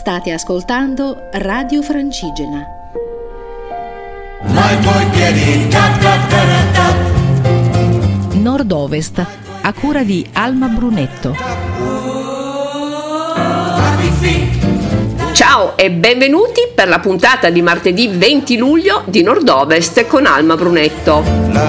State ascoltando Radio Francigena. Nord-Ovest, a cura di Alma Brunetto. Ciao e benvenuti per la puntata di martedì 20 luglio di Nord-Ovest con Alma Brunetto.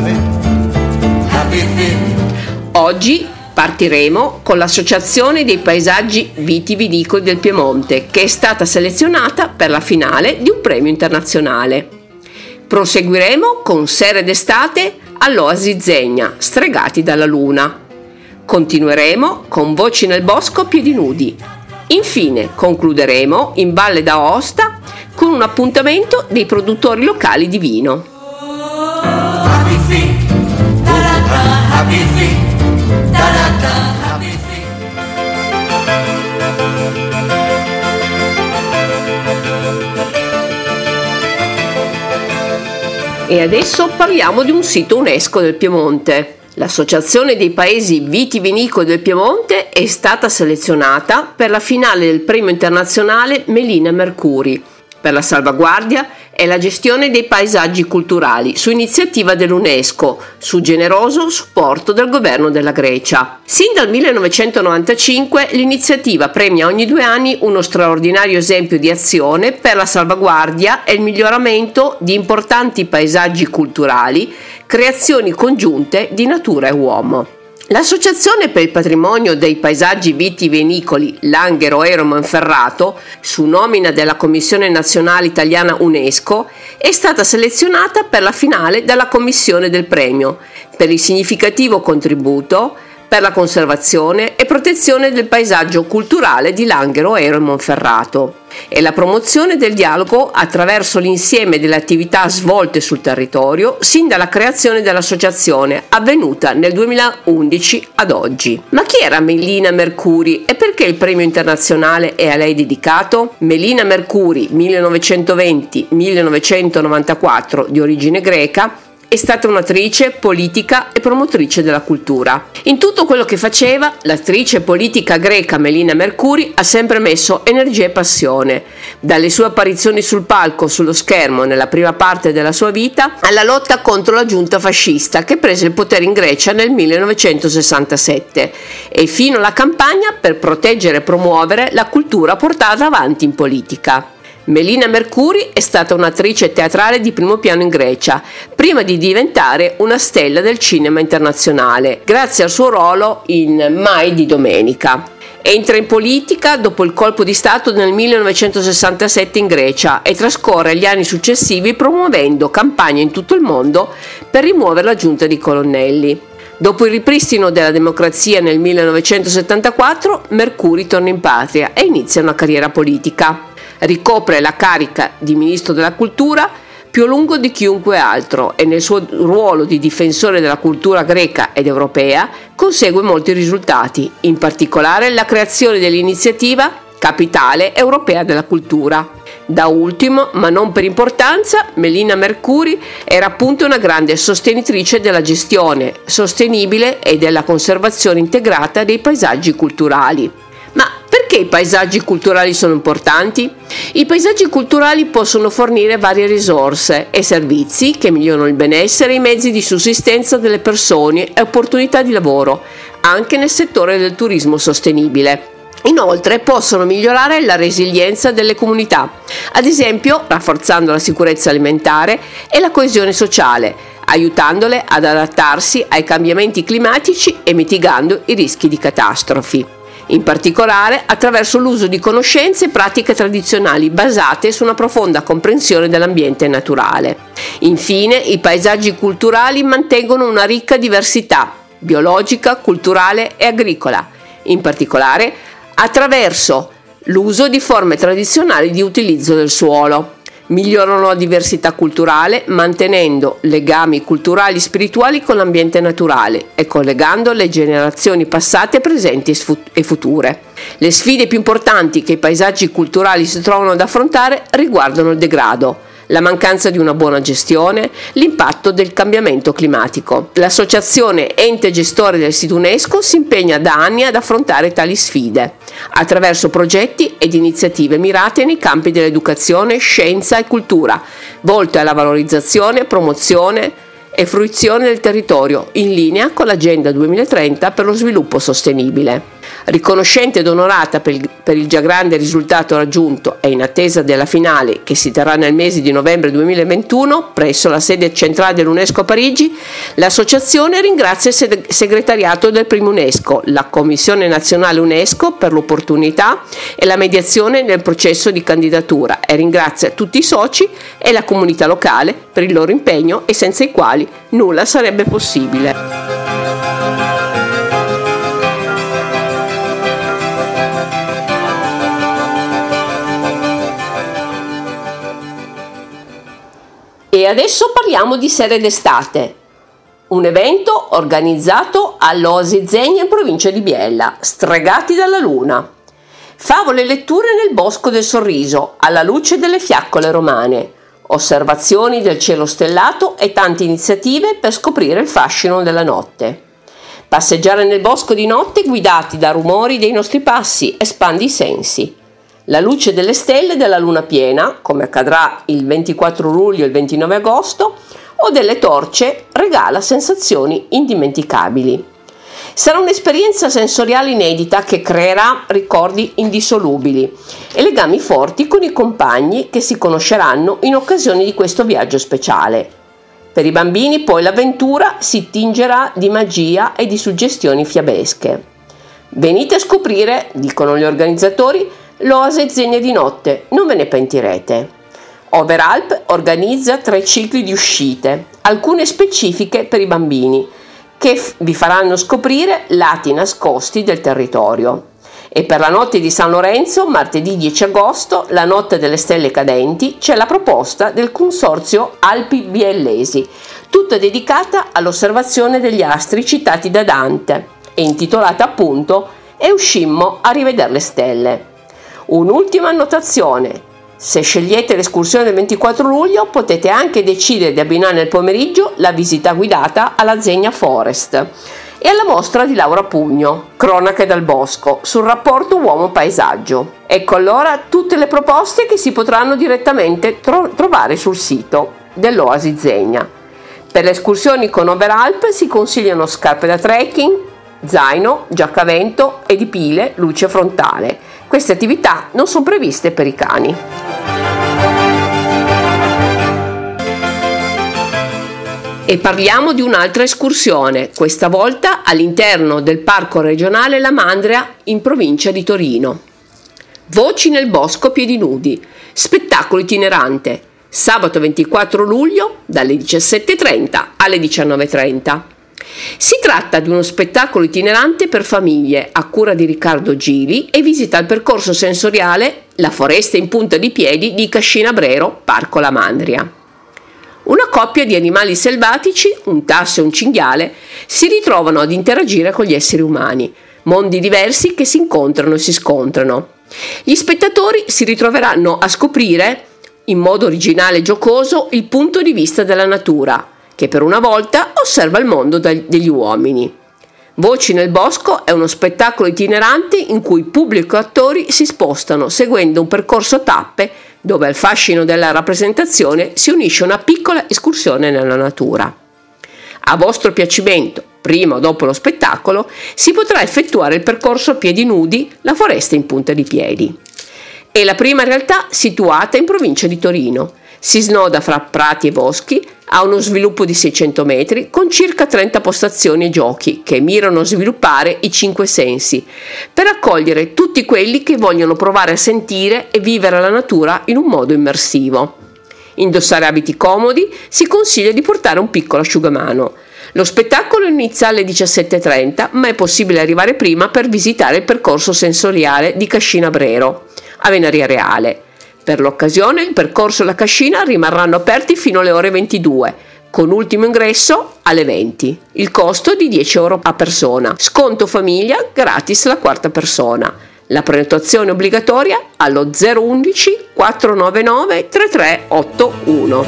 Oggi partiremo con l'Associazione dei Paesaggi Vitivinicoli del Piemonte, che è stata selezionata per la finale di un premio internazionale. Proseguiremo con Sere d'estate all'Oasi Zegna, stregati dalla luna. Continueremo con Voci nel bosco piedi nudi. Infine concluderemo in Valle d'Aosta con un appuntamento dei produttori locali di vino. E adesso parliamo di un sito UNESCO del Piemonte. L'Associazione dei Paesi Vitivinicoli del Piemonte è stata selezionata per la finale del premio internazionale Melina Mercuri per la salvaguardia e la gestione dei paesaggi culturali su iniziativa dell'UNESCO, su generoso supporto del governo della Grecia. Sin dal 1995 l'iniziativa premia ogni 2 anni uno straordinario esempio di azione per la salvaguardia e il miglioramento di importanti paesaggi culturali, creazioni congiunte di natura e uomo. L'Associazione per il patrimonio dei paesaggi vitivinicoli Langhero Ero Monferrato, su nomina della Commissione Nazionale Italiana UNESCO, è stata selezionata per la finale dalla commissione del premio, per il significativo contributo per la conservazione e protezione del paesaggio culturale di Langhero Ero Monferrato e la promozione del dialogo attraverso l'insieme delle attività svolte sul territorio sin dalla creazione dell'associazione avvenuta nel 2011 ad oggi. Ma chi era Melina Mercuri e perché il premio internazionale è a lei dedicato? Melina Mercuri, 1920-1994, di origine greca, è stata un'attrice, politica e promotrice della cultura. In tutto quello che faceva, l'attrice politica greca Melina Mercuri ha sempre messo energia e passione, dalle sue apparizioni sul palco, sullo schermo nella prima parte della sua vita, alla lotta contro la giunta fascista che prese il potere in Grecia nel 1967 e fino alla campagna per proteggere e promuovere la cultura portata avanti in politica. Melina Mercuri è stata un'attrice teatrale di primo piano in Grecia, prima di diventare una stella del cinema internazionale, grazie al suo ruolo in Mai di domenica. Entra in politica dopo il colpo di Stato nel 1967 in Grecia e trascorre gli anni successivi promuovendo campagne in tutto il mondo per rimuovere la giunta di colonnelli. Dopo il ripristino della democrazia nel 1974, Mercuri torna in patria e inizia una carriera politica. Ricopre la carica di ministro della cultura più a lungo di chiunque altro e nel suo ruolo di difensore della cultura greca ed europea consegue molti risultati, in particolare la creazione dell'iniziativa Capitale Europea della Cultura. Da ultimo, ma non per importanza, Melina Mercuri era appunto una grande sostenitrice della gestione sostenibile e della conservazione integrata dei paesaggi culturali. Ma perché i paesaggi culturali sono importanti? I paesaggi culturali possono fornire varie risorse e servizi che migliorano il benessere e i mezzi di sussistenza delle persone e opportunità di lavoro, anche nel settore del turismo sostenibile. Inoltre possono migliorare la resilienza delle comunità, ad esempio rafforzando la sicurezza alimentare e la coesione sociale, aiutandole ad adattarsi ai cambiamenti climatici e mitigando i rischi di catastrofi. In particolare attraverso l'uso di conoscenze e pratiche tradizionali basate su una profonda comprensione dell'ambiente naturale. Infine, i paesaggi culturali mantengono una ricca diversità biologica, culturale e agricola, in particolare attraverso l'uso di forme tradizionali di utilizzo del suolo. Migliorano la diversità culturale mantenendo legami culturali e spirituali con l'ambiente naturale e collegando le generazioni passate, presenti e future. Le sfide più importanti che i paesaggi culturali si trovano ad affrontare riguardano il degrado, la mancanza di una buona gestione, l'impatto del cambiamento climatico. L'associazione ente gestore del sito UNESCO si impegna da anni ad affrontare tali sfide, attraverso progetti ed iniziative mirate nei campi dell'educazione, scienza e cultura, volte alla valorizzazione, promozione e fruizione del territorio, in linea con l'Agenda 2030 per lo sviluppo sostenibile. Riconoscente ed onorata per il già grande risultato raggiunto e in attesa della finale che si terrà nel mese di novembre 2021 presso la sede centrale dell'UNESCO a Parigi, l'associazione ringrazia il segretariato del Primo UNESCO, la Commissione Nazionale UNESCO per l'opportunità e la mediazione nel processo di candidatura e ringrazia tutti i soci e la comunità locale per il loro impegno e senza i quali nulla sarebbe possibile. E adesso parliamo di Sere d'estate, un evento organizzato all'Oasi Zegna in provincia di Biella, Stregati dalla Luna. Favole e letture nel Bosco del Sorriso, alla luce delle fiaccole romane, osservazioni del cielo stellato e tante iniziative per scoprire il fascino della notte. Passeggiare nel bosco di notte guidati da rumori dei nostri passi espande i sensi. La luce delle stelle della luna piena, come accadrà il 24 luglio e il 29 agosto, o delle torce regala sensazioni indimenticabili. Sarà un'esperienza sensoriale inedita che creerà ricordi indissolubili e legami forti con i compagni che si conosceranno in occasione di questo viaggio speciale. Per i bambini poi l'avventura si tingerà di magia e di suggestioni fiabesche. Venite a scoprire, dicono gli organizzatori, l'Oasi Zegna di notte, non ve ne pentirete. Overalp organizza 3 cicli di uscite, alcune specifiche per i bambini, che vi faranno scoprire lati nascosti del territorio. E per la notte di San Lorenzo, martedì 10 agosto, la notte delle stelle cadenti, c'è la proposta del Consorzio Alpi Biellesi, tutta dedicata all'osservazione degli astri citati da Dante e intitolata appunto E uscimmo a rivedere le stelle. Un'ultima annotazione: se scegliete l'escursione del 24 luglio potete anche decidere di abbinare nel pomeriggio la visita guidata alla Zegna Forest e alla mostra di Laura Pugno, Cronache dal bosco, sul rapporto uomo-paesaggio. Ecco allora tutte le proposte che si potranno direttamente trovare sul sito dell'Oasi Zegna. Per le escursioni con Overalp si consigliano scarpe da trekking, zaino, giacca a vento e di pile, luce frontale. Queste attività non sono previste per i cani. E parliamo di un'altra escursione, questa volta all'interno del Parco Regionale La Mandria in provincia di Torino. Voci nel bosco piedi nudi, spettacolo itinerante, sabato 24 luglio dalle 17:30 alle 19:30. Si tratta di uno spettacolo itinerante per famiglie a cura di Riccardo Gili e visita il percorso sensoriale La foresta in punta di piedi di Cascina Brero, Parco La Mandria. Una coppia di animali selvatici, un tasso e un cinghiale, si ritrovano ad interagire con gli esseri umani, mondi diversi che si incontrano e si scontrano. Gli spettatori si ritroveranno a scoprire, in modo originale e giocoso, il punto di vista della natura, che per una volta osserva il mondo degli uomini. Voci nel bosco è uno spettacolo itinerante in cui pubblico e attori si spostano seguendo un percorso a tappe dove al fascino della rappresentazione si unisce una piccola escursione nella natura. A vostro piacimento, prima o dopo lo spettacolo, si potrà effettuare il percorso a piedi nudi La foresta in punta di piedi. È la prima realtà situata in provincia di Torino. Si snoda fra prati e boschi, ha uno sviluppo di 600 metri con circa 30 postazioni e giochi che mirano a sviluppare i 5 sensi per accogliere tutti quelli che vogliono provare a sentire e vivere la natura in un modo immersivo. Indossare abiti comodi, si consiglia di portare un piccolo asciugamano. Lo spettacolo inizia alle 17:30, ma è possibile arrivare prima per visitare il percorso sensoriale di Cascina Brero, a Venaria Reale. Per l'occasione il percorso e la cascina rimarranno aperti fino alle ore 22, con ultimo ingresso alle 20. Il costo è di 10 euro a persona. Sconto famiglia, gratis la quarta persona. La prenotazione è obbligatoria allo 011 499 3381.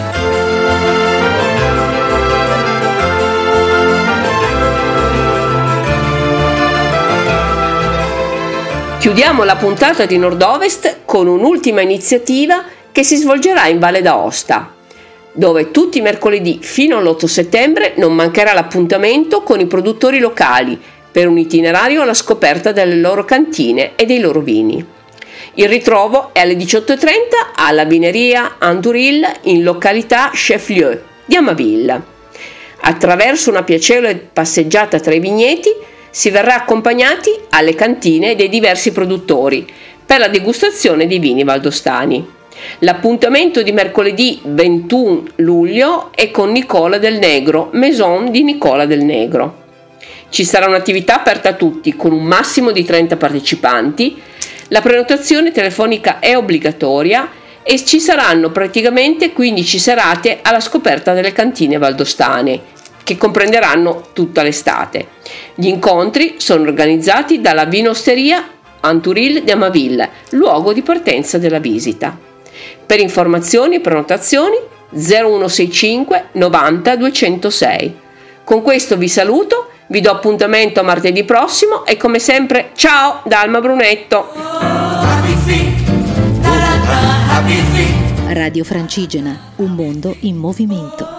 Chiudiamo la puntata di Nord-Ovest con un'ultima iniziativa che si svolgerà in Valle d'Aosta, dove tutti i mercoledì fino all'8 settembre non mancherà l'appuntamento con i produttori locali per un itinerario alla scoperta delle loro cantine e dei loro vini. Il ritrovo è alle 18:30 alla vineria Anduril in località Chef-Lieu di Amaville. Attraverso una piacevole passeggiata tra i vigneti si verrà accompagnati alle cantine dei diversi produttori per la degustazione di vini valdostani. L'appuntamento di mercoledì 21 luglio è con Nicola del Negro, Maison di Nicola del Negro. Ci sarà un'attività aperta a tutti con un massimo di 30 partecipanti. La prenotazione telefonica è obbligatoria e ci saranno praticamente 15 serate alla scoperta delle cantine valdostane, che comprenderanno tutta l'estate. Gli incontri sono organizzati dalla Vinosteria Anduril di Amaville, luogo di partenza della visita. Per informazioni e prenotazioni 0165 90 206. Con questo vi saluto. Vi do appuntamento a martedì prossimo e come sempre ciao da Alma Brunetto. Radio Francigena, un mondo in movimento.